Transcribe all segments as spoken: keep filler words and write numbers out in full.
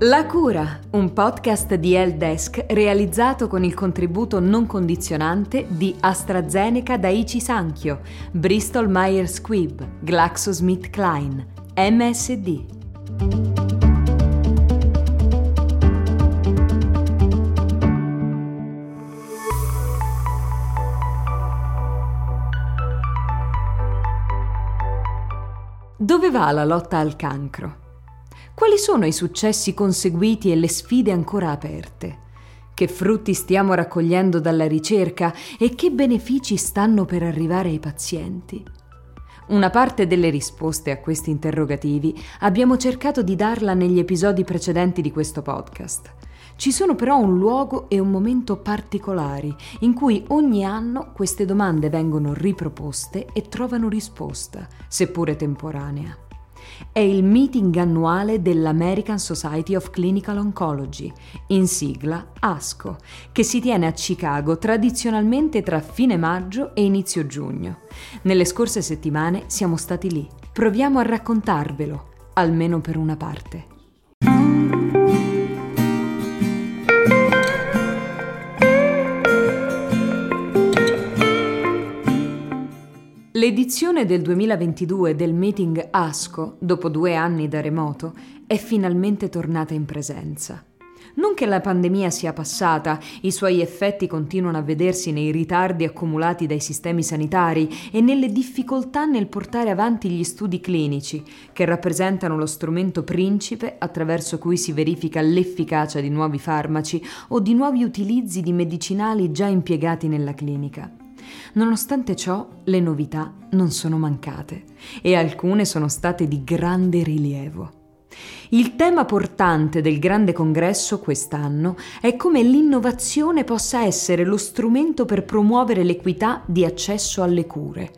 La cura, un podcast di Helpdesk realizzato con il contributo non condizionante di AstraZeneca Daiichi Sankyo, Bristol Myers Squibb, GlaxoSmithKline, M S D. Dove va la lotta al cancro? Quali sono i successi conseguiti e le sfide ancora aperte? Che frutti stiamo raccogliendo dalla ricerca e che benefici stanno per arrivare ai pazienti? Una parte delle risposte a questi interrogativi abbiamo cercato di darla negli episodi precedenti di questo podcast. Ci sono però un luogo e un momento particolari in cui ogni anno queste domande vengono riproposte e trovano risposta, seppure temporanea. È il meeting annuale dell'American Society of Clinical Oncology, in sigla ASCO, che si tiene a Chicago tradizionalmente tra fine maggio e inizio giugno. Nelle scorse settimane siamo stati lì. Proviamo a raccontarvelo, almeno per una parte. L'edizione del duemilaventidue del meeting ASCO, dopo due anni da remoto, è finalmente tornata in presenza. Non che la pandemia sia passata, i suoi effetti continuano a vedersi nei ritardi accumulati dai sistemi sanitari e nelle difficoltà nel portare avanti gli studi clinici, che rappresentano lo strumento principe attraverso cui si verifica l'efficacia di nuovi farmaci o di nuovi utilizzi di medicinali già impiegati nella clinica. Nonostante ciò, le novità non sono mancate e alcune sono state di grande rilievo. Il tema portante del grande congresso quest'anno è come l'innovazione possa essere lo strumento per promuovere l'equità di accesso alle cure.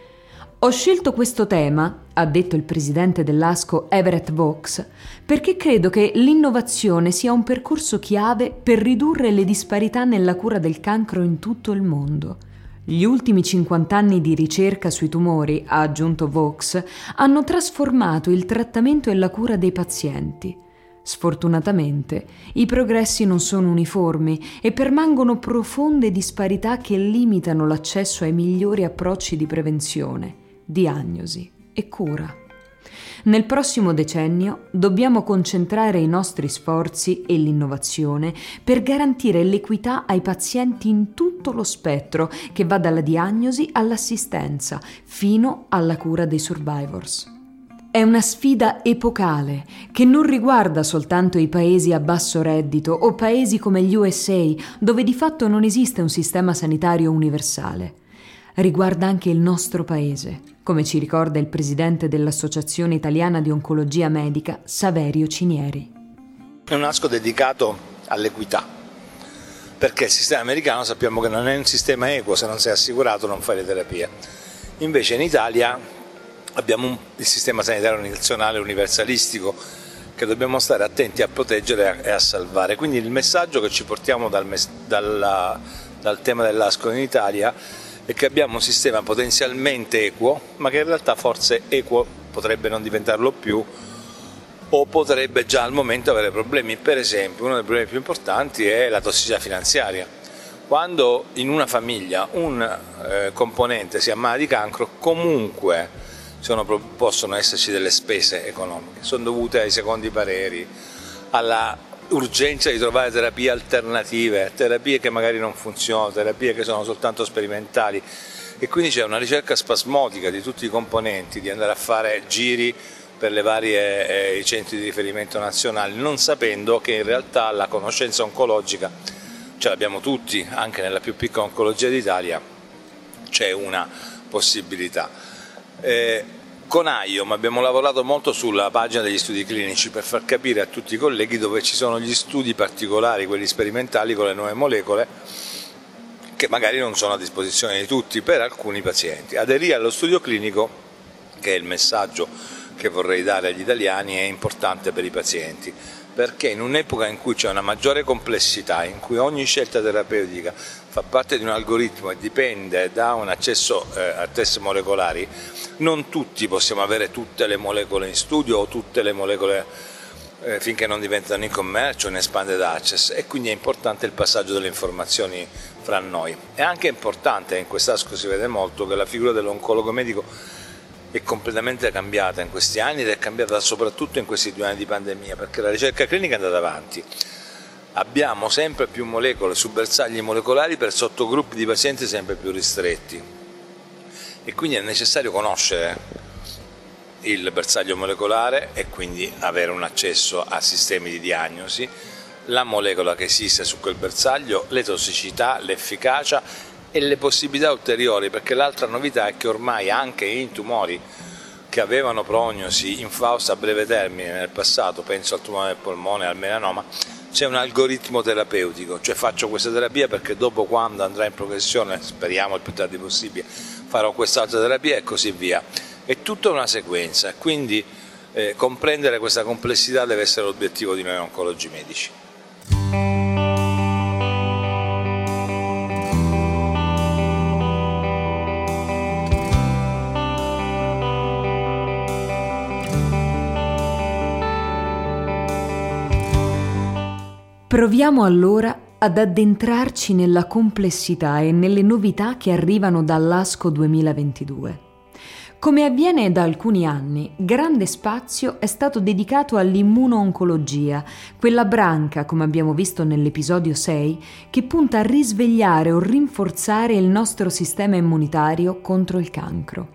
Ho scelto questo tema, ha detto il presidente dell'ASCO Everett Vaux, perché credo che l'innovazione sia un percorso chiave per ridurre le disparità nella cura del cancro in tutto il mondo. Gli ultimi cinquanta anni di ricerca sui tumori, ha aggiunto Vaux, hanno trasformato il trattamento e la cura dei pazienti. Sfortunatamente, i progressi non sono uniformi e permangono profonde disparità che limitano l'accesso ai migliori approcci di prevenzione, diagnosi e cura. Nel prossimo decennio dobbiamo concentrare i nostri sforzi e l'innovazione per garantire l'equità ai pazienti in tutto lo spettro che va dalla diagnosi all'assistenza fino alla cura dei survivors. È una sfida epocale che non riguarda soltanto i paesi a basso reddito o paesi come gli U S A, dove di fatto non esiste un sistema sanitario universale. Riguarda anche il nostro paese, come ci ricorda il presidente dell'Associazione Italiana di Oncologia Medica, Saverio Cinieri. È un ASCO dedicato all'equità, perché il sistema americano sappiamo che non è un sistema equo, se non sei assicurato non fai le terapie. Invece in Italia abbiamo un, il sistema sanitario nazionale universalistico che dobbiamo stare attenti a proteggere e a salvare. Quindi il messaggio che ci portiamo dal, dal, dal tema dell'ASCO in Italia è che abbiamo un sistema potenzialmente equo, ma che in realtà forse equo potrebbe non diventarlo più o potrebbe già al momento avere problemi. Per esempio, uno dei problemi più importanti è la tossicità finanziaria. Quando in una famiglia un eh, componente si ammala di cancro, comunque sono, possono esserci delle spese economiche, sono dovute ai secondi pareri, alla urgenza di trovare terapie alternative, terapie che magari non funzionano, terapie che sono soltanto sperimentali, e quindi c'è una ricerca spasmodica di tutti i componenti di andare a fare giri per le varie eh, i centri di riferimento nazionali, non sapendo che in realtà la conoscenza oncologica ce l'abbiamo tutti, anche nella più piccola oncologia d'Italia c'è una possibilità. Eh, Con A I O M abbiamo lavorato molto sulla pagina degli studi clinici per far capire a tutti i colleghi dove ci sono gli studi particolari, quelli sperimentali con le nuove molecole, che magari non sono a disposizione di tutti per alcuni pazienti. Aderire allo studio clinico, che è il messaggio che vorrei dare agli italiani, è importante per i pazienti, perché in un'epoca in cui c'è una maggiore complessità, in cui ogni scelta terapeutica fa parte di un algoritmo e dipende da un accesso eh, a test molecolari, non tutti possiamo avere tutte le molecole in studio o tutte le molecole eh, finché non diventano in commercio, in expanded access, e quindi è importante il passaggio delle informazioni fra noi. È anche importante, in quest'ASCO si vede molto, che la figura dell'oncologo medico è completamente cambiata in questi anni ed è cambiata soprattutto in questi due anni di pandemia, perché la ricerca clinica è andata avanti. Abbiamo sempre più molecole su bersagli molecolari per sottogruppi di pazienti sempre più ristretti e quindi è necessario conoscere il bersaglio molecolare e quindi avere un accesso a sistemi di diagnosi, la molecola che esiste su quel bersaglio, le tossicità, l'efficacia e le possibilità ulteriori, perché l'altra novità è che ormai anche in tumori che avevano prognosi infausta a breve termine nel passato, penso al tumore del polmone, al melanoma, c'è un algoritmo terapeutico, cioè faccio questa terapia perché dopo, quando andrà in progressione, speriamo il più tardi possibile, farò quest'altra terapia e così via. È tutta una sequenza, quindi eh, comprendere questa complessità deve essere l'obiettivo di noi oncologi medici. Proviamo allora ad addentrarci nella complessità e nelle novità che arrivano dall'ASCO duemilaventidue. Come avviene da alcuni anni, grande spazio è stato dedicato all'immuno-oncologia, quella branca, come abbiamo visto nell'episodio sei, che punta a risvegliare o rinforzare il nostro sistema immunitario contro il cancro.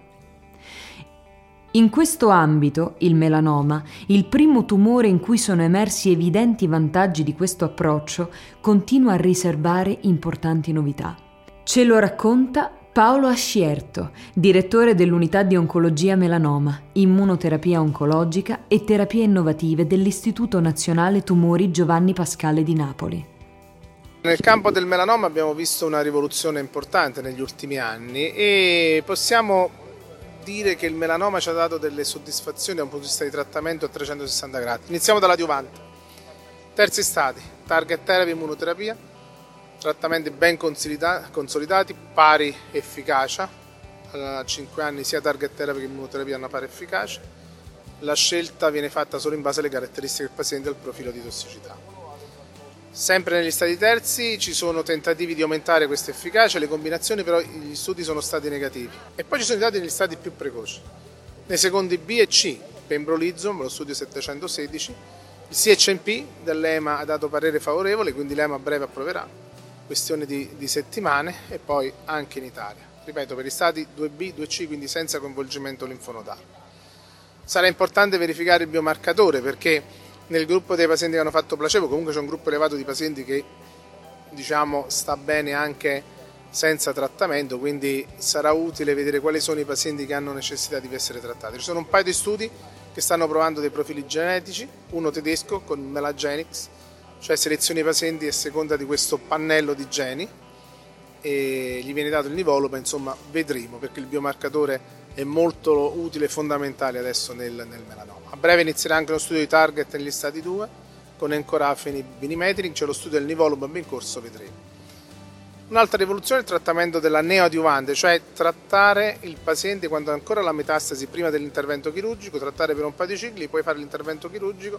In questo ambito, il melanoma, il primo tumore in cui sono emersi evidenti vantaggi di questo approccio, continua a riservare importanti novità. Ce lo racconta Paolo Ascierto, direttore dell'unità di oncologia melanoma, immunoterapia oncologica e terapie innovative dell'Istituto Nazionale Tumori Giovanni Pascale di Napoli. Nel campo del melanoma abbiamo visto una rivoluzione importante negli ultimi anni e possiamo dire che il melanoma ci ha dato delle soddisfazioni da un punto di vista di trattamento a trecentosessanta gradi. Iniziamo dall'adiuvante. Terzi stadi, target therapy, immunoterapia, trattamenti ben consolidati, pari efficacia. A cinque anni sia target therapy che immunoterapia hanno pari efficacia. La scelta viene fatta solo in base alle caratteristiche del paziente e al profilo di tossicità. Sempre negli stadi terzi ci sono tentativi di aumentare questa efficacia, le combinazioni però gli studi sono stati negativi. E poi ci sono i dati negli stadi più precoci. Nei secondi B e C, pembrolizumab, lo studio settecentosedici, il C H M P dell'E M A ha dato parere favorevole, quindi l'E M A a breve approverà, questione di, di settimane, e poi anche in Italia. Ripeto, per i stadi due B, due C, quindi senza coinvolgimento linfonodale. Sarà importante verificare il biomarcatore perché nel gruppo dei pazienti che hanno fatto placebo comunque c'è un gruppo elevato di pazienti che, diciamo, sta bene anche senza trattamento, quindi sarà utile vedere quali sono i pazienti che hanno necessità di essere trattati. Ci sono un paio di studi che stanno provando dei profili genetici, uno tedesco con Melagenix, cioè selezioni i pazienti a seconda di questo pannello di geni e gli viene dato il nivolumab, insomma vedremo, perché il biomarcatore è molto utile e fondamentale adesso nel, nel melanoma. A breve inizierà anche lo studio di target negli stadi due con encorafeni e binimetrin, c'è lo studio del nivolumab in corso, vedremo. Un'altra rivoluzione è il trattamento della neoadiuvante, cioè trattare il paziente quando ha ancora la metastasi prima dell'intervento chirurgico, trattare per un paio di cicli, poi fare l'intervento chirurgico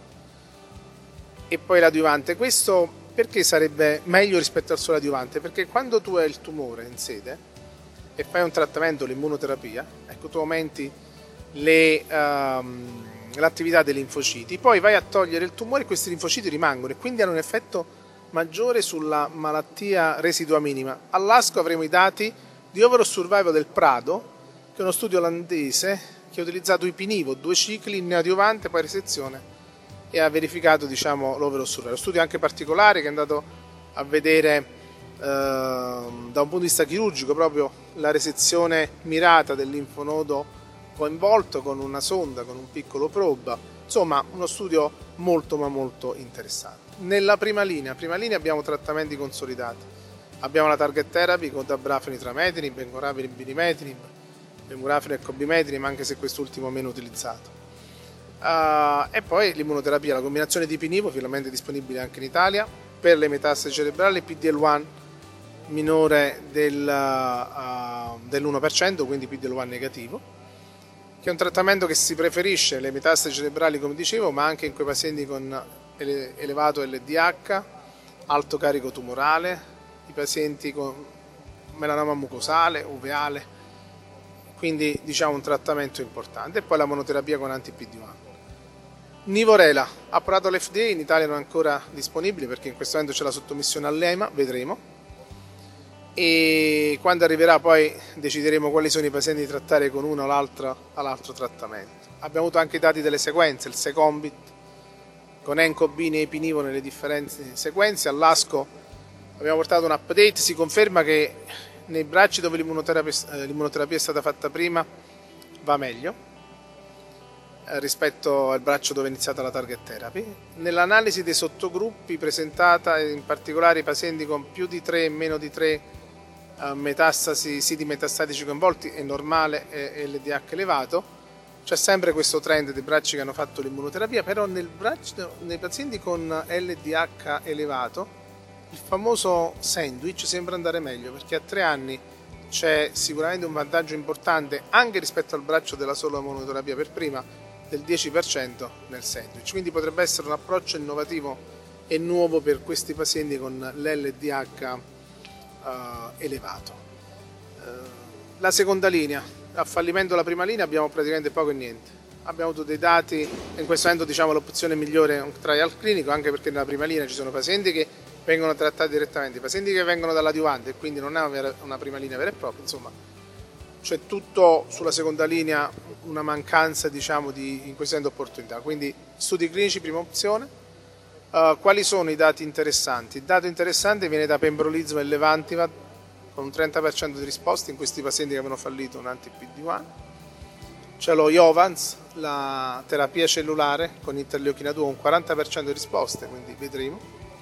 e poi l'adiuvante. Questo perché sarebbe meglio rispetto al solo adiuvante? Perché quando tu hai il tumore in sede e fai un trattamento, l'immunoterapia, ecco, tu aumenti le, um, l'attività dei linfociti, poi vai a togliere il tumore e questi linfociti rimangono e quindi hanno un effetto maggiore sulla malattia residua minima. All'ASCO avremo i dati di overall survival del Prado, che è uno studio olandese che ha utilizzato ipinivo, due cicli in neoadiuvante, poi resezione, e ha verificato, diciamo, l'overall survival. Lo studio anche particolare che è andato a vedere da un punto di vista chirurgico proprio la resezione mirata del linfonodo coinvolto con una sonda, con un piccolo probe, insomma uno studio molto ma molto interessante. Nella prima linea, prima linea abbiamo trattamenti consolidati, abbiamo la target therapy con dabrafeni, trametinib, encorafeni, binimetrinib, pemurafeni e cobimetrinib, anche se quest'ultimo meno utilizzato. Uh, e poi l'immunoterapia, la combinazione di ipinivo, finalmente disponibile anche in Italia, per le metastasi cerebrali, P D L uno minore del, uh, dell'uno per cento, quindi P D L uno negativo, che è un trattamento che si preferisce le metastasi cerebrali, come dicevo, ma anche in quei pazienti con ele- elevato L D H, alto carico tumorale, i pazienti con melanoma mucosale, uveale, quindi diciamo un trattamento importante. E poi la monoterapia con anti-P D uno. Nivorela, approvato l'F D A, in Italia non è ancora disponibile perché in questo momento c'è la sottomissione all'E M A, vedremo. E quando arriverà poi decideremo quali sono i pazienti da trattare con uno o l'altro, l'altro trattamento. Abbiamo avuto anche i dati delle sequenze, il Secombit con Encobin e Epinivo nelle differenti sequenze. All'ASCO abbiamo portato un update, si conferma che nei bracci dove l'immunoterapia, l'immunoterapia è stata fatta prima va meglio eh, rispetto al braccio dove è iniziata la target therapy. Nell'analisi dei sottogruppi presentata, in particolare i pazienti con più di tre e meno di tre metastasi, siti metastatici coinvolti, è normale e L D H elevato, c'è sempre questo trend dei bracci che hanno fatto l'immunoterapia, però nel braccio, nei pazienti con L D H elevato il famoso sandwich sembra andare meglio, perché a tre anni c'è sicuramente un vantaggio importante anche rispetto al braccio della sola immunoterapia per prima del dieci per cento nel sandwich, quindi potrebbe essere un approccio innovativo e nuovo per questi pazienti con l'L D H Uh, elevato. Uh, la seconda linea, a fallimento della prima linea abbiamo praticamente poco e niente. Abbiamo avuto dei dati, in questo momento diciamo l'opzione migliore è un trial clinico, anche perché nella prima linea ci sono pazienti che vengono trattati direttamente, pazienti che vengono dall'adiuvante e quindi non è una, una prima linea vera e propria, insomma c'è tutto sulla seconda linea, una mancanza diciamo di in questo momento opportunità, quindi studi clinici prima opzione. Uh, quali sono i dati interessanti? Il dato interessante viene da pembrolizumab e levantimab con un trenta per cento di risposte in questi pazienti che avevano fallito un anti-P D uno. C'è lo Iovance, la terapia cellulare con interleuchina due, un quaranta per cento di risposte, quindi vedremo.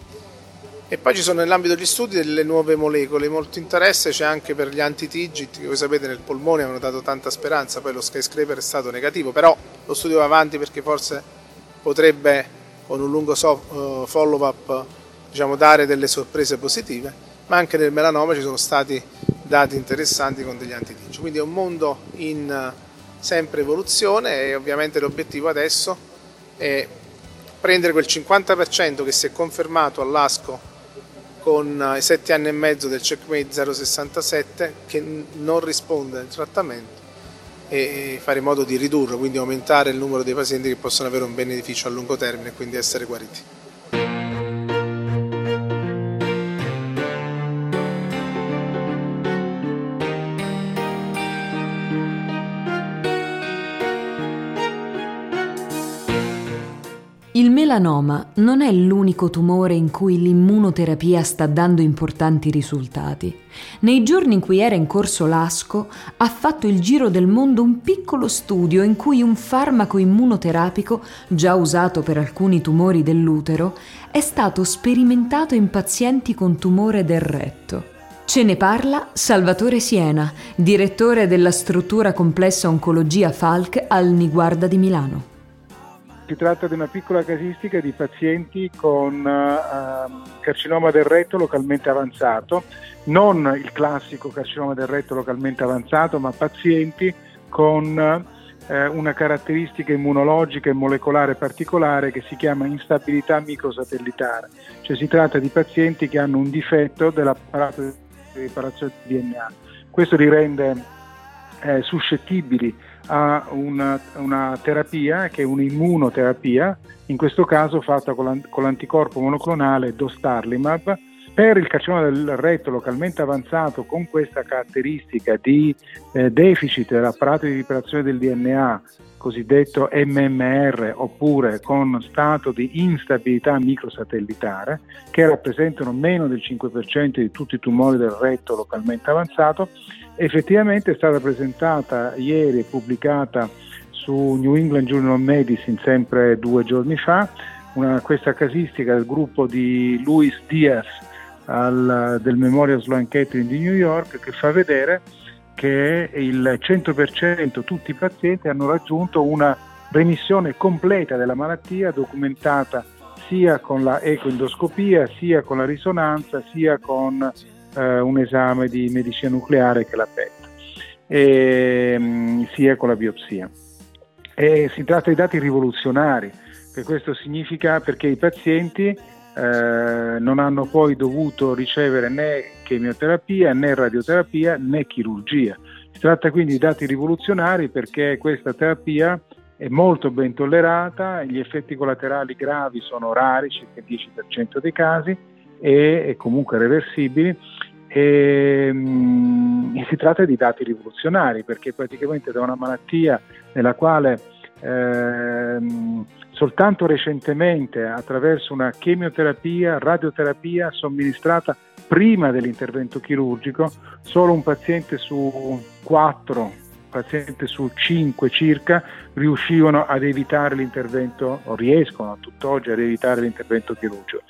E poi ci sono nell'ambito degli studi delle nuove molecole, molto interesse c'è anche per gli anti-TIGIT, che voi sapete nel polmone avevano dato tanta speranza, poi lo skyscraper è stato negativo, però lo studio va avanti perché forse potrebbe con un lungo follow-up diciamo, dare delle sorprese positive, ma anche nel melanoma ci sono stati dati interessanti con degli anti-TIGIT. Quindi è un mondo in sempre evoluzione e ovviamente l'obiettivo adesso è prendere quel cinquanta per cento che si è confermato all'ASCO con i sette anni e mezzo del Checkmate zero sessantasette che non risponde al trattamento e fare in modo di ridurre, quindi aumentare il numero dei pazienti che possono avere un beneficio a lungo termine e quindi essere guariti. Il melanoma non è l'unico tumore in cui l'immunoterapia sta dando importanti risultati. Nei giorni in cui era in corso l'ASCO, ha fatto il giro del mondo un piccolo studio in cui un farmaco immunoterapico, già usato per alcuni tumori dell'utero, è stato sperimentato in pazienti con tumore del retto. Ce ne parla Salvatore Siena, direttore della struttura complessa oncologia Falck al Niguarda di Milano. Si tratta di una piccola casistica di pazienti con uh, carcinoma del retto localmente avanzato, non il classico carcinoma del retto localmente avanzato, ma pazienti con uh, una caratteristica immunologica e molecolare particolare che si chiama instabilità microsatellitare. Cioè si tratta di pazienti che hanno un difetto dell'apparato di riparazione del D N A. Questo li rende eh, suscettibili a una, una terapia che è un'immunoterapia, in questo caso fatta con, l'ant- con l'anticorpo monoclonale dostarlimab. Per il carcinoma del retto localmente avanzato con questa caratteristica di eh, deficit dell'apparato di riparazione del D N A, cosiddetto M M R, oppure con stato di instabilità microsatellitare, che rappresentano meno del cinque per cento di tutti i tumori del retto localmente avanzato, effettivamente è stata presentata ieri e pubblicata su New England Journal of Medicine sempre due giorni fa, una, questa casistica del gruppo di Luis Diaz al, del Memorial Sloan Kettering di New York, che fa vedere che il cento per cento tutti i pazienti hanno raggiunto una remissione completa della malattia, documentata sia con la ecoendoscopia, sia con la risonanza, sia con eh, un esame di medicina nucleare che è la P E T, e, sia con la biopsia. E si tratta di dati rivoluzionari, che questo significa perché i pazienti eh, non hanno poi dovuto ricevere né chemioterapia, né radioterapia, né chirurgia. Si tratta quindi di dati rivoluzionari perché questa terapia è molto ben tollerata, gli effetti collaterali gravi sono rari, circa il dieci per cento dei casi, e, e comunque reversibili. E, mh, e si tratta di dati rivoluzionari perché praticamente da una malattia nella quale ehm, soltanto recentemente attraverso una chemioterapia, radioterapia somministrata prima dell'intervento chirurgico, solo un paziente su quattro, paziente su cinque circa, riuscivano ad evitare l'intervento, o riescono a tutt'oggi ad evitare l'intervento chirurgico.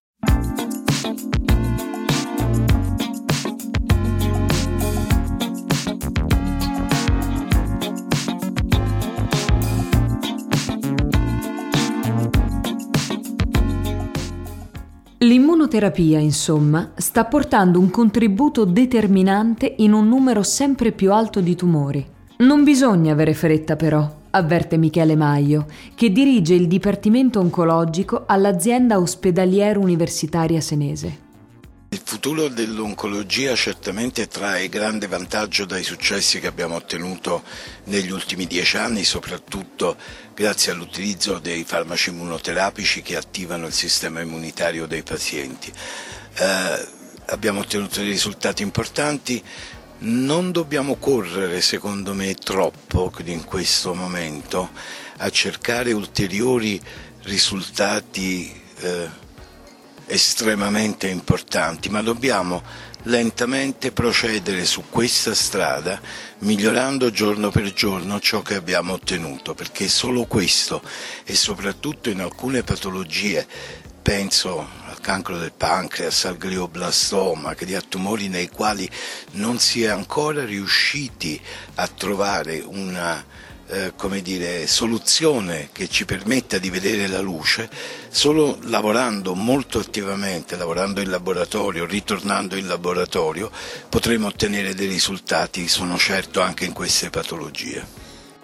L'immunoterapia, insomma, sta portando un contributo determinante in un numero sempre più alto di tumori. Non bisogna avere fretta però, avverte Michele Maio, che dirige il Dipartimento Oncologico all'azienda ospedaliera universitaria senese. Il futuro dell'oncologia certamente trae grande vantaggio dai successi che abbiamo ottenuto negli ultimi dieci anni, soprattutto grazie all'utilizzo dei farmaci immunoterapici che attivano il sistema immunitario dei pazienti. Eh, abbiamo ottenuto dei risultati importanti, non dobbiamo correre secondo me troppo in questo momento a cercare ulteriori risultati eh, estremamente importanti, ma dobbiamo lentamente procedere su questa strada, migliorando giorno per giorno ciò che abbiamo ottenuto, perché solo questo, e soprattutto in alcune patologie, penso al cancro del pancreas, al glioblastoma, che a tumori nei quali non si è ancora riusciti a trovare una Eh, come dire, soluzione che ci permetta di vedere la luce, solo lavorando molto attivamente, lavorando in laboratorio, ritornando in laboratorio, potremo ottenere dei risultati, sono certo, anche in queste patologie.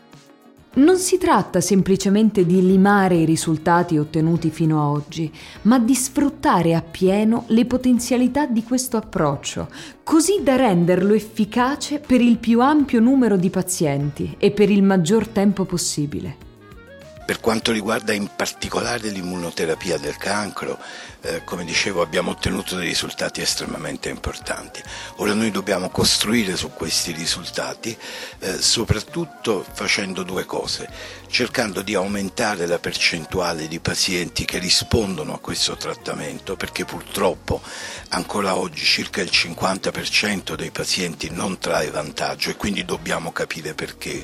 Non si tratta semplicemente di limare i risultati ottenuti fino a oggi, ma di sfruttare appieno le potenzialità di questo approccio, così da renderlo efficace per il più ampio numero di pazienti e per il maggior tempo possibile. Per quanto riguarda in particolare l'immunoterapia del cancro, eh, come dicevo, abbiamo ottenuto dei risultati estremamente importanti. Ora noi dobbiamo costruire su questi risultati, eh, soprattutto facendo due cose: cercando di aumentare la percentuale di pazienti che rispondono a questo trattamento, perché purtroppo ancora oggi circa il cinquanta per cento dei pazienti non trae vantaggio e quindi dobbiamo capire perché,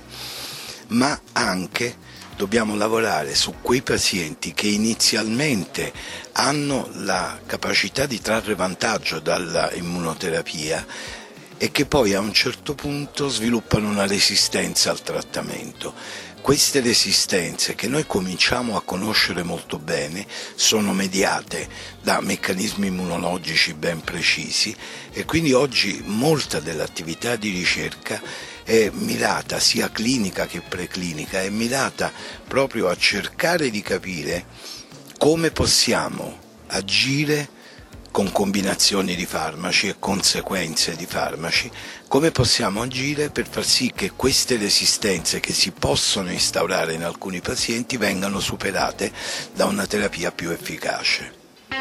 ma anche dobbiamo lavorare su quei pazienti che inizialmente hanno la capacità di trarre vantaggio dalla immunoterapia e che poi a un certo punto sviluppano una resistenza al trattamento. Queste resistenze, che noi cominciamo a conoscere molto bene, sono mediate da meccanismi immunologici ben precisi e quindi oggi molta dell'attività di ricerca è mirata, sia clinica che preclinica, è mirata proprio a cercare di capire come possiamo agire con combinazioni di farmaci e conseguenze di farmaci, come possiamo agire per far sì che queste resistenze che si possono instaurare in alcuni pazienti vengano superate da una terapia più efficace.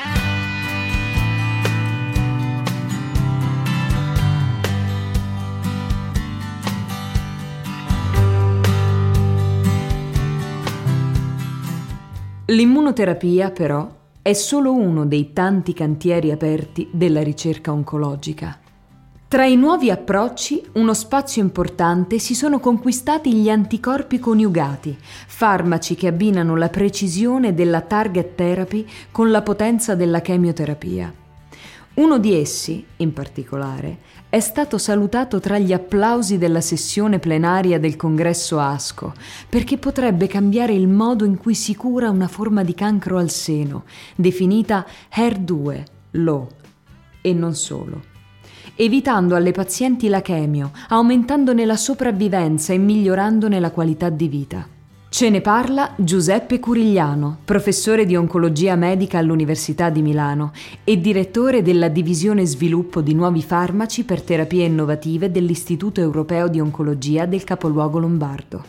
L'immunoterapia, però, è solo uno dei tanti cantieri aperti della ricerca oncologica. Tra i nuovi approcci, uno spazio importante si sono conquistati gli anticorpi coniugati, farmaci che abbinano la precisione della target therapy con la potenza della chemioterapia. Uno di essi, in particolare, è stato salutato tra gli applausi della sessione plenaria del congresso ASCO, perché potrebbe cambiare il modo in cui si cura una forma di cancro al seno, definita H E R due low, e non solo, evitando alle pazienti la chemio, aumentandone la sopravvivenza e migliorandone la qualità di vita. Ce ne parla Giuseppe Curigliano, professore di oncologia medica all'Università di Milano e direttore della divisione sviluppo di nuovi farmaci per terapie innovative dell'Istituto Europeo di Oncologia del capoluogo lombardo.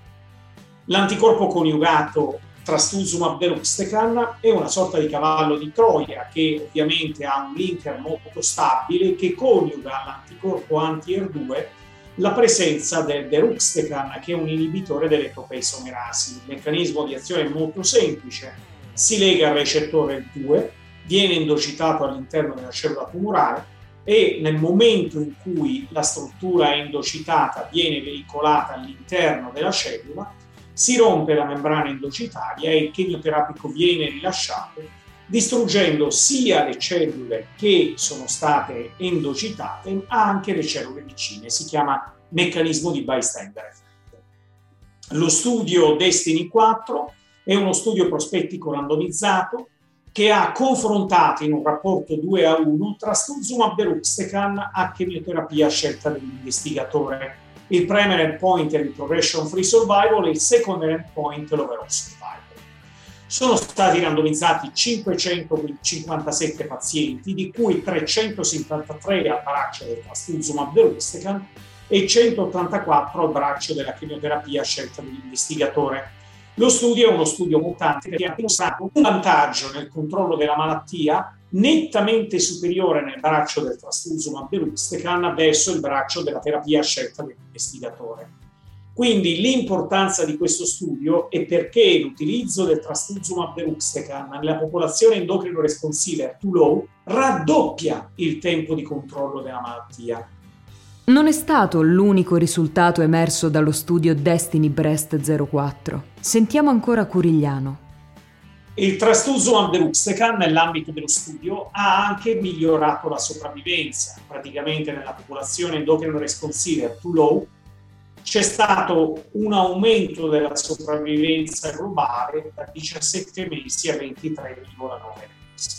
L'anticorpo coniugato trastuzumab deruxtecan è una sorta di cavallo di Troia che ovviamente ha un linker molto stabile che coniuga all'anticorpo anti-E R due la presenza del deruxtecan, che è un inibitore dell'etopesomerasi. Il meccanismo di azione è molto semplice: si lega al recettore E R due, viene endocitato all'interno della cellula tumorale e nel momento in cui la struttura endocitata viene veicolata all'interno della cellula, si rompe la membrana endocitaria e il chemioterapico viene rilasciato, distruggendo sia le cellule che sono state endocitate, ma anche le cellule vicine. Si chiama meccanismo di bystander effect. Lo studio Destiny quattro è uno studio prospettico randomizzato che ha confrontato in un rapporto due a uno trastuzumab deruxtecan a chemioterapia a scelta dell'investigatore. Il primary endpoint è il progression-free survival e il secondary endpoint è l'overall survival. Sono stati randomizzati cinquecentocinquantasette pazienti, di cui trecentosettantatré al braccio del trastuzumab deruxtecan e centottantaquattro al braccio della chemioterapia a scelta dell'investigatore. Lo studio è uno studio mutante che ha dimostrato un vantaggio nel controllo della malattia nettamente superiore nel braccio del trastuzumab deruxtecan verso il braccio della terapia a scelta dell'investigatore. Quindi l'importanza di questo studio è perché l'utilizzo del trastuzumab deruxtecan nella popolazione endocrino responsiva E R due low raddoppia il tempo di controllo della malattia. Non è stato l'unico risultato emerso dallo studio Destiny Breast zero quattro. Sentiamo ancora Curigliano. Il trastuzumab deruxtecan nell'ambito dello studio ha anche migliorato la sopravvivenza. Praticamente nella popolazione endocrino responsiva E R due low c'è stato un aumento della sopravvivenza globale da diciassette mesi a ventitré virgola nove mesi.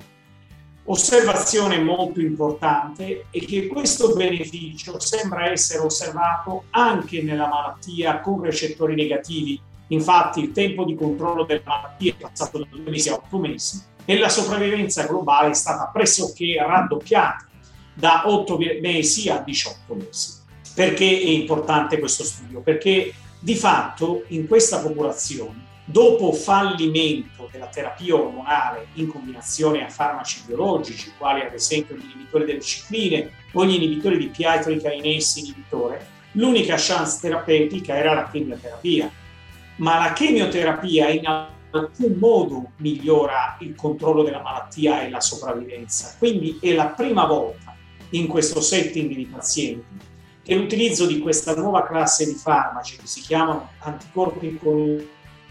Osservazione molto importante è che questo beneficio sembra essere osservato anche nella malattia con recettori negativi. Infatti il tempo di controllo della malattia è passato da due mesi a otto mesi e la sopravvivenza globale è stata pressoché raddoppiata da otto mesi a diciotto mesi. Perché è importante questo studio? Perché di fatto in questa popolazione, dopo fallimento della terapia ormonale in combinazione a farmaci biologici, quali ad esempio gli inibitori delle cicline o gli inibitori di P I tre kinase inibitore, l'unica chance terapeutica era la chemioterapia. Ma la chemioterapia in alcun modo migliora il controllo della malattia e la sopravvivenza. Quindi è la prima volta in questo setting di pazienti che l'utilizzo di questa nuova classe di farmaci che si chiamano anticorpi coniugati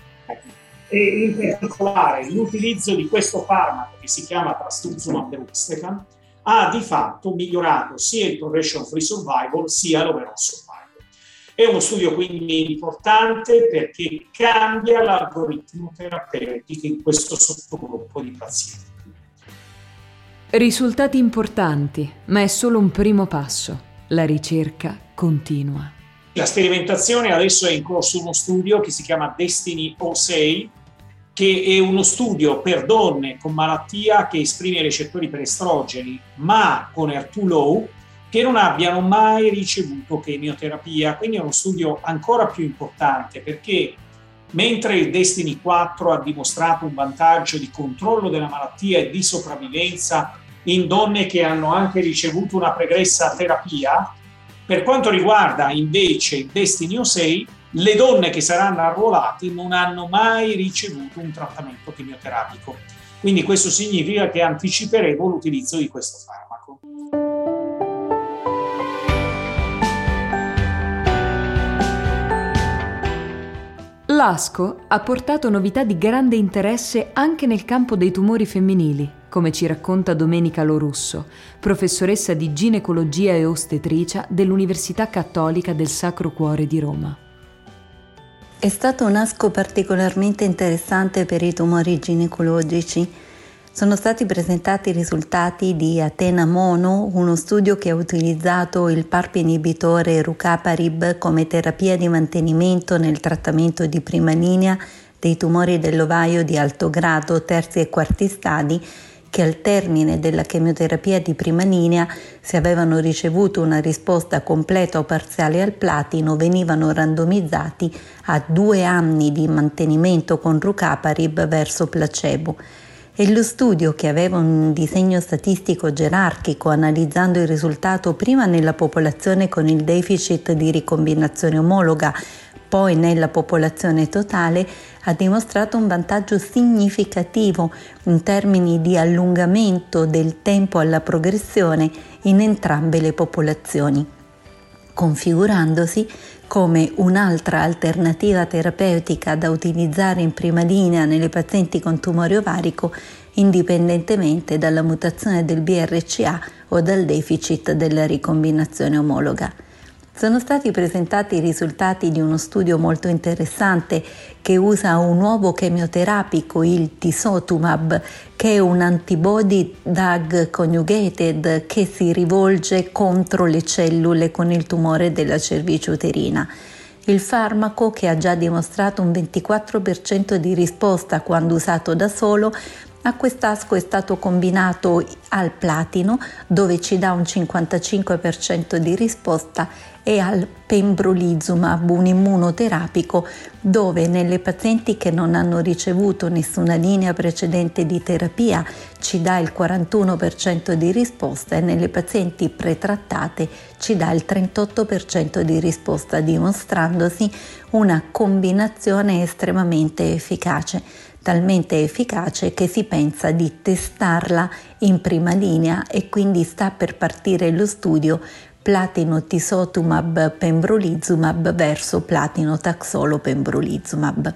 e in particolare l'utilizzo di questo farmaco che si chiama trastuzumab deruxtecan ha di fatto migliorato sia il progression-free survival sia l'overall survival. È uno studio quindi importante perché cambia l'algoritmo terapeutico in questo sottogruppo di pazienti. Risultati importanti, ma è solo un primo passo. La ricerca continua. La sperimentazione adesso è in corso uno studio che si chiama Destiny zero sei, che è uno studio per donne con malattia che esprime recettori per estrogeni, ma con E R due low, che non abbiano mai ricevuto chemioterapia. Quindi è uno studio ancora più importante perché mentre il Destiny quattro ha dimostrato un vantaggio di controllo della malattia e di sopravvivenza in donne che hanno anche ricevuto una pregressa terapia, per quanto riguarda invece il Destiny zero sei, le donne che saranno arruolate non hanno mai ricevuto un trattamento chemioterapico. Quindi questo significa che anticiperemo l'utilizzo di questo farmaco. L'ASCO ha portato novità di grande interesse anche nel campo dei tumori femminili, come ci racconta Domenica Lorusso, professoressa di ginecologia e ostetricia dell'Università Cattolica del Sacro Cuore di Roma. È stato un ASCO particolarmente interessante per i tumori ginecologici Sono stati presentati i risultati di Athena Mono, uno studio che ha utilizzato il PARP inibitore Rucaparib come terapia di mantenimento nel trattamento di prima linea dei tumori dell'ovaio di alto grado, terzi e quarti stadi, che al termine della chemioterapia di prima linea, se avevano ricevuto una risposta completa o parziale al platino, venivano randomizzati a due anni di mantenimento con Rucaparib verso placebo. E lo studio, che aveva un disegno statistico gerarchico analizzando il risultato prima nella popolazione con il deficit di ricombinazione omologa, poi nella popolazione totale, ha dimostrato un vantaggio significativo in termini di allungamento del tempo alla progressione in entrambe le popolazioni, configurandosi come un'altra alternativa terapeutica da utilizzare in prima linea nelle pazienti con tumore ovarico, indipendentemente dalla mutazione del B R C A o dal deficit della ricombinazione omologa. Sono stati presentati i risultati di uno studio molto interessante che usa un nuovo chemioterapico, il tisotumab, che è un antibody drug conjugated che si rivolge contro le cellule con il tumore della cervice uterina. Il farmaco, che ha già dimostrato un ventiquattro per cento di risposta quando usato da solo, a quest'asco è stato combinato al platino, dove ci dà un cinquantacinque per cento di risposta, e al pembrolizumab, un immunoterapico, dove nelle pazienti che non hanno ricevuto nessuna linea precedente di terapia ci dà il quarantuno per cento di risposta, e nelle pazienti pretrattate ci dà il trentotto per cento di risposta, dimostrandosi una combinazione estremamente efficace. Talmente efficace che si pensa di testarla in prima linea, e quindi sta per partire lo studio platino tisotumab pembrolizumab verso platino taxolo pembrolizumab.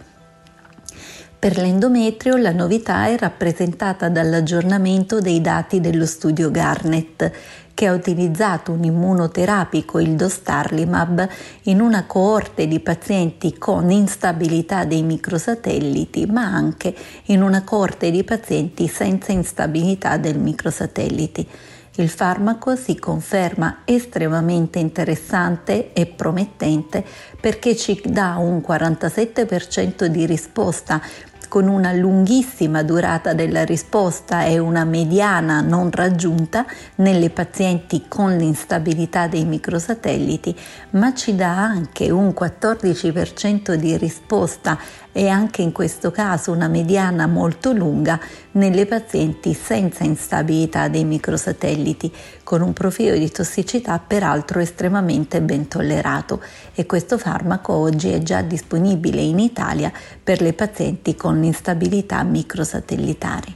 Per l'endometrio la novità è rappresentata dall'aggiornamento dei dati dello studio Garnet, che ha utilizzato un immunoterapico, il dostarlimab, in una coorte di pazienti con instabilità dei microsatelliti, ma anche in una coorte di pazienti senza instabilità del microsatelliti. Il farmaco si conferma estremamente interessante e promettente perché ci dà un quarantasette per cento di risposta, con una lunghissima durata della risposta e una mediana non raggiunta nelle pazienti con l'instabilità dei microsatelliti, ma ci dà anche un quattordici per cento di risposta, e anche in questo caso una mediana molto lunga nelle pazienti senza instabilità dei microsatelliti, con un profilo di tossicità peraltro estremamente ben tollerato, e questo farmaco oggi è già disponibile in Italia per le pazienti con instabilità microsatellitari.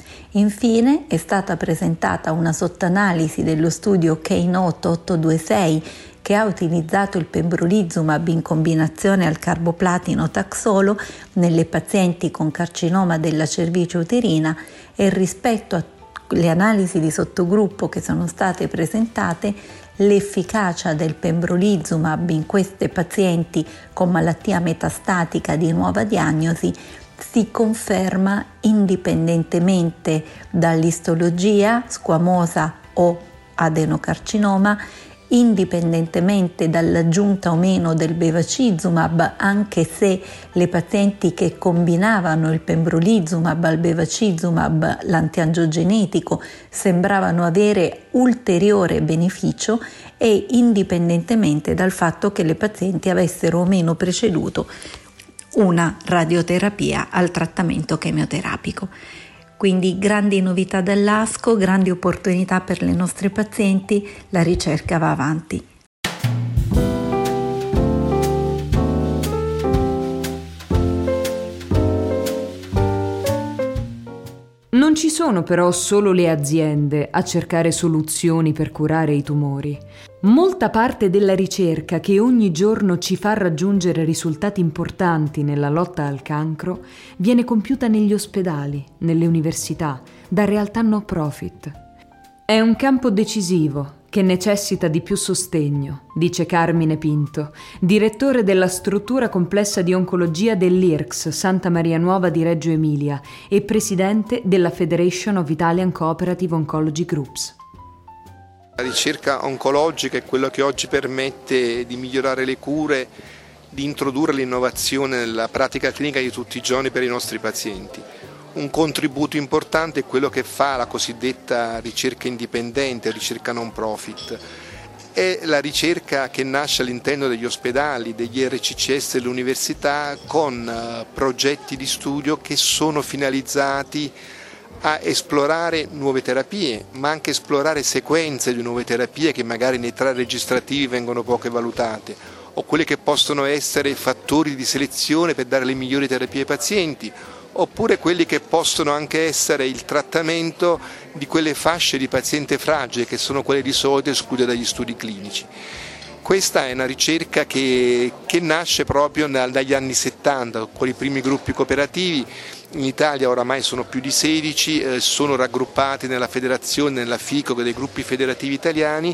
Infine è stata presentata una sottoanalisi dello studio Keynote ottocentoventisei, che ha utilizzato il pembrolizumab in combinazione al carboplatino taxolo nelle pazienti con carcinoma della cervice uterina, e rispetto alle analisi di sottogruppo che sono state presentate, l'efficacia del pembrolizumab in queste pazienti con malattia metastatica di nuova diagnosi si conferma indipendentemente dall'istologia squamosa o adenocarcinoma, indipendentemente dall'aggiunta o meno del bevacizumab, anche se le pazienti che combinavano il pembrolizumab al bevacizumab, l'antiangiogenetico, sembravano avere ulteriore beneficio, e indipendentemente dal fatto che le pazienti avessero o meno preceduto una radioterapia al trattamento chemioterapico. Quindi grandi novità dall'ASCO, grandi opportunità per le nostre pazienti, la ricerca va avanti. Non ci sono però solo le aziende a cercare soluzioni per curare i tumori. Molta parte della ricerca che ogni giorno ci fa raggiungere risultati importanti nella lotta al cancro viene compiuta negli ospedali, nelle università, da realtà no profit. È un campo decisivo che necessita di più sostegno, dice Carmine Pinto, direttore della struttura complessa di oncologia dell'I R C S Santa Maria Nuova di Reggio Emilia e presidente della Federation of Italian Cooperative Oncology Groups. La ricerca oncologica è quello che oggi permette di migliorare le cure, di introdurre l'innovazione nella pratica clinica di tutti i giorni per i nostri pazienti. Un contributo importante è quello che fa la cosiddetta ricerca indipendente, ricerca non profit. È la ricerca che nasce all'interno degli ospedali, degli R C C S delle università con progetti di studio che sono finalizzati a esplorare nuove terapie, ma anche esplorare sequenze di nuove terapie che magari nei trial registrativi vengono poco valutate, o quelle che possono essere fattori di selezione per dare le migliori terapie ai pazienti, oppure quelli che possono anche essere il trattamento di quelle fasce di paziente fragile che sono quelle di solito escluse dagli studi clinici. Questa è una ricerca che, che nasce proprio dagli anni settanta con i primi gruppi cooperativi. In Italia oramai sono più di sedici, eh, sono raggruppati nella federazione, nella FICO, dei gruppi federativi italiani,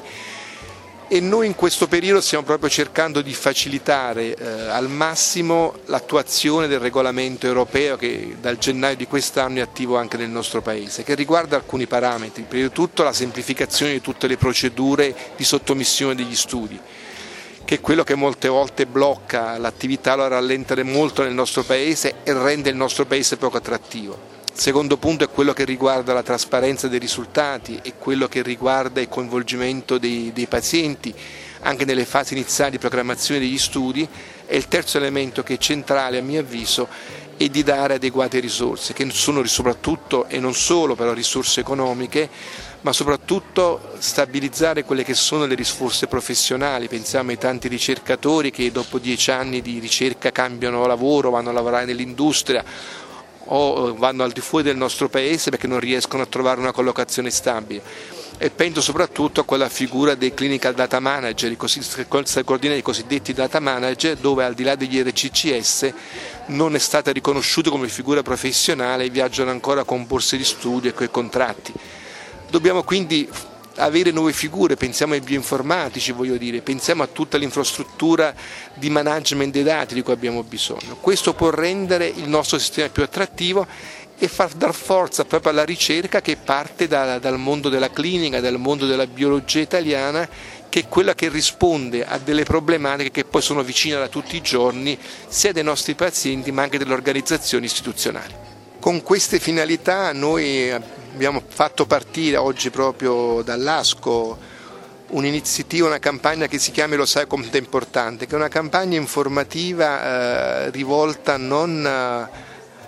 e noi in questo periodo stiamo proprio cercando di facilitare eh, al massimo l'attuazione del regolamento europeo che dal gennaio di quest'anno è attivo anche nel nostro Paese, che riguarda alcuni parametri, prima di tutto la semplificazione di tutte le procedure di sottomissione degli studi, che è quello che molte volte blocca l'attività, lo rallenta molto nel nostro Paese e rende il nostro Paese poco attrattivo. Il secondo punto è quello che riguarda la trasparenza dei risultati e quello che riguarda il coinvolgimento dei, dei pazienti anche nelle fasi iniziali di programmazione degli studi, e il terzo elemento che è centrale a mio avviso è di dare adeguate risorse, che sono soprattutto e non solo però risorse economiche, ma soprattutto stabilizzare quelle che sono le risorse professionali. Pensiamo ai tanti ricercatori che dopo dieci anni di ricerca cambiano lavoro, vanno a lavorare nell'industria o vanno al di fuori del nostro paese perché non riescono a trovare una collocazione stabile. E penso soprattutto a quella figura dei clinical data manager, i cosiddetti data manager, dove al di là degli R C C S non è stata riconosciuta come figura professionale e viaggiano ancora con borse di studio e con i contratti. Dobbiamo quindi avere nuove figure, pensiamo ai bioinformatici, voglio dire, pensiamo a tutta l'infrastruttura di management dei dati di cui abbiamo bisogno. Questo può rendere il nostro sistema più attrattivo e far dar forza proprio alla ricerca che parte da, dal mondo della clinica, dal mondo della biologia italiana, che è quella che risponde a delle problematiche che poi sono vicine da tutti i giorni, sia dei nostri pazienti ma anche delle organizzazioni istituzionali. Con queste finalità noi abbiamo fatto partire oggi proprio dall'ASCO un'iniziativa, una campagna che si chiama Lo sai quanto è importante, che è una campagna informativa eh, rivolta non eh,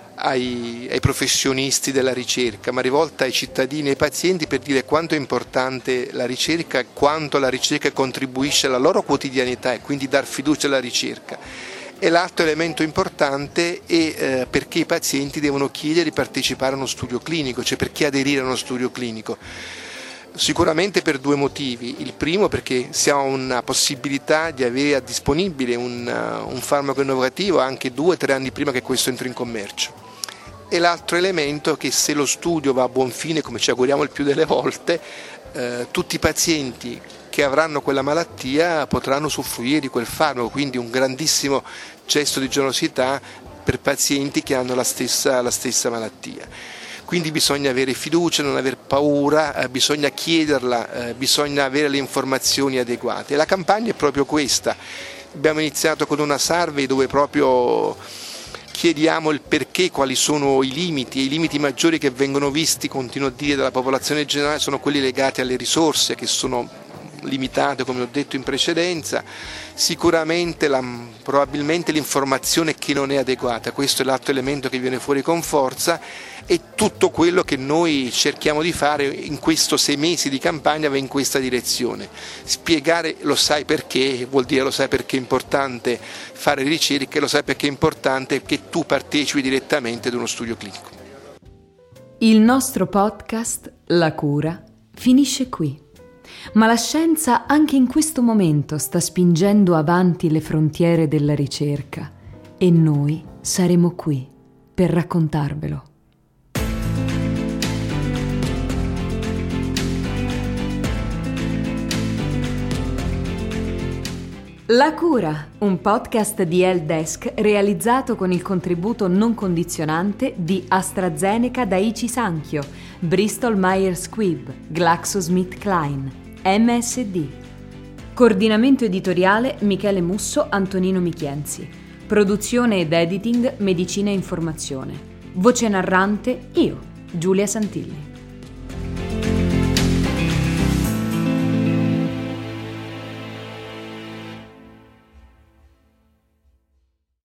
ai, ai professionisti della ricerca, ma rivolta ai cittadini e ai pazienti per dire quanto è importante la ricerca, quanto la ricerca contribuisce alla loro quotidianità e quindi dar fiducia alla ricerca. E l'altro elemento importante è eh, perché i pazienti devono chiedere di partecipare a uno studio clinico, cioè perché aderire a uno studio clinico. Sicuramente per due motivi. Il primo perché si ha una possibilità di avere disponibile un, uh, un farmaco innovativo anche due o tre anni prima che questo entri in commercio. E l'altro elemento è che se lo studio va a buon fine, come ci auguriamo il più delle volte, eh, tutti i pazienti che avranno quella malattia potranno usufruire di quel farmaco, quindi un grandissimo gesto di generosità per pazienti che hanno la stessa, la stessa malattia. Quindi bisogna avere fiducia, non aver paura, eh, bisogna chiederla, eh, bisogna avere le informazioni adeguate. E la campagna è proprio questa. Abbiamo iniziato con una survey dove proprio chiediamo il perché, quali sono i limiti, e i limiti maggiori che vengono visti, continuo a dire, dalla popolazione generale sono quelli legati alle risorse che sono limitate, come ho detto in precedenza, sicuramente la, probabilmente l'informazione che non è adeguata, questo è l'altro elemento che viene fuori con forza, e tutto quello che noi cerchiamo di fare in questi sei mesi di campagna va in questa direzione. Spiegare lo sai perché, vuol dire lo sai perché è importante fare ricerche, lo sai perché è importante che tu partecipi direttamente ad uno studio clinico. Il nostro podcast, La Cura, finisce qui. Ma la scienza anche in questo momento sta spingendo avanti le frontiere della ricerca e noi saremo qui per raccontarvelo. La Cura, un podcast di Helpdesk realizzato con il contributo non condizionante di AstraZeneca Daiichi Sankyo, Bristol Myers Squibb, GlaxoSmithKline, M S D. Coordinamento editoriale Michele Musso, Antonino Michienzi. Produzione ed editing Medicina e Informazione. Voce narrante io, Giulia Santilli.